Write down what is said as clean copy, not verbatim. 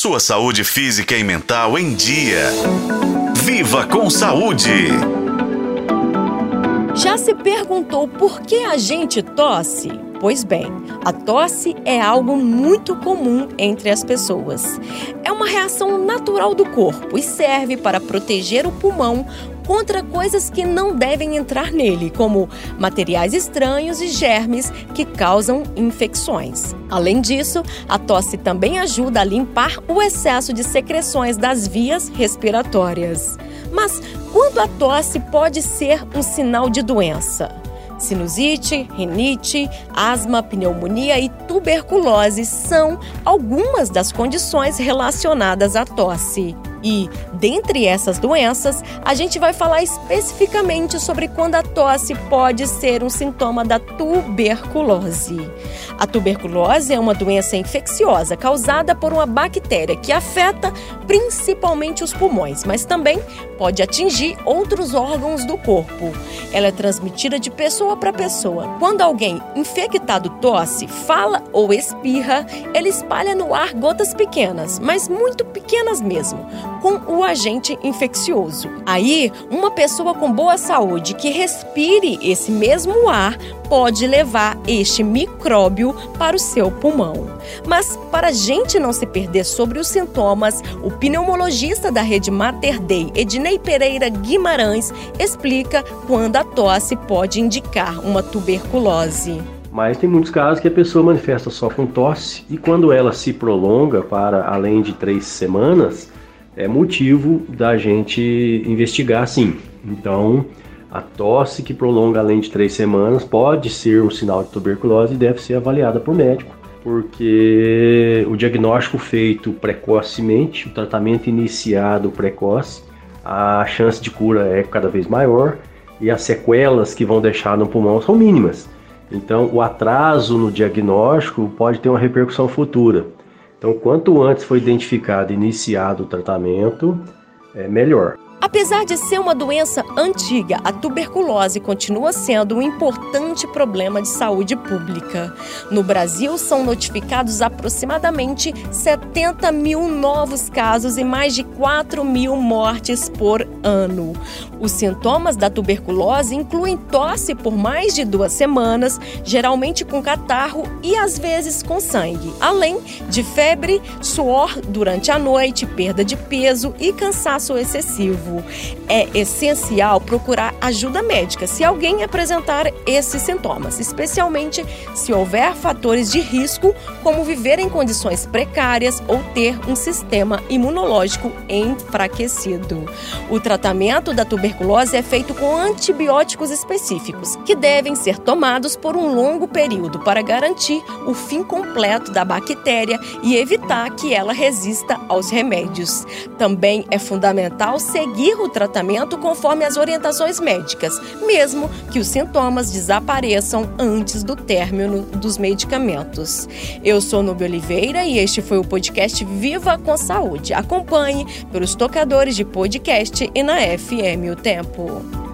Sua saúde física e mental em dia. Viva com saúde! Já se perguntou por que a gente tosse? Pois bem, a tosse é algo muito comum entre as pessoas. É uma reação natural do corpo e serve para proteger o pulmão contra coisas que não devem entrar nele, como materiais estranhos e germes que causam infecções. Além disso, a tosse também ajuda a limpar o excesso de secreções das vias respiratórias. Mas quando a tosse pode ser um sinal de doença? Sinusite, rinite, asma, pneumonia e tuberculose são algumas das condições relacionadas à tosse. E, dentre essas doenças, a gente vai falar especificamente sobre quando a tosse pode ser um sintoma da tuberculose. A tuberculose é uma doença infecciosa causada por uma bactéria que afeta principalmente os pulmões, mas também pode atingir outros órgãos do corpo. Ela é transmitida de pessoa para pessoa. Quando alguém infectado tosse, fala ou espirra, ele espalha no ar gotas pequenas, mas muito pequenas mesmo, com o agente infeccioso. Aí, uma pessoa com boa saúde que respire esse mesmo ar pode levar este micróbio para o seu pulmão. Mas, para a gente não se perder sobre os sintomas, o pneumologista da rede Mater Dei, Ednei Pereira Guimarães, explica quando a tosse pode indicar uma tuberculose. Mas tem muitos casos que a pessoa manifesta só com tosse e quando ela se prolonga para além de 3 semanas, é motivo da gente investigar sim. Então, a tosse que prolonga além de 3 semanas pode ser um sinal de tuberculose e deve ser avaliada por médico, porque o diagnóstico feito precocemente, o tratamento iniciado precoce, a chance de cura é cada vez maior e as sequelas que vão deixar no pulmão são mínimas. Então, o atraso no diagnóstico pode ter uma repercussão futura. Então, quanto antes for identificado e iniciado o tratamento, é melhor. Apesar de ser uma doença antiga, a tuberculose continua sendo um importante problema de saúde pública. No Brasil, são notificados aproximadamente 70 mil novos casos e mais de 4 mil mortes por ano. Os sintomas da tuberculose incluem tosse por mais de 2 semanas, geralmente com catarro e às vezes com sangue, além de febre, suor durante a noite, perda de peso e cansaço excessivo. É essencial procurar ajuda médica se alguém apresentar esses sintomas, especialmente se houver fatores de risco, como viver em condições precárias ou ter um sistema imunológico enfraquecido. O tratamento da tuberculose é feito com antibióticos específicos, que devem ser tomados por um longo período para garantir o fim completo da bactéria e evitar que ela resista aos remédios. Também é fundamental seguir o tratamento conforme as orientações médicas, mesmo que os sintomas desapareçam antes do término dos medicamentos. Eu sou Nubia Oliveira e este foi o podcast Viva com Saúde. Acompanhe pelos tocadores de podcast e na FM O Tempo.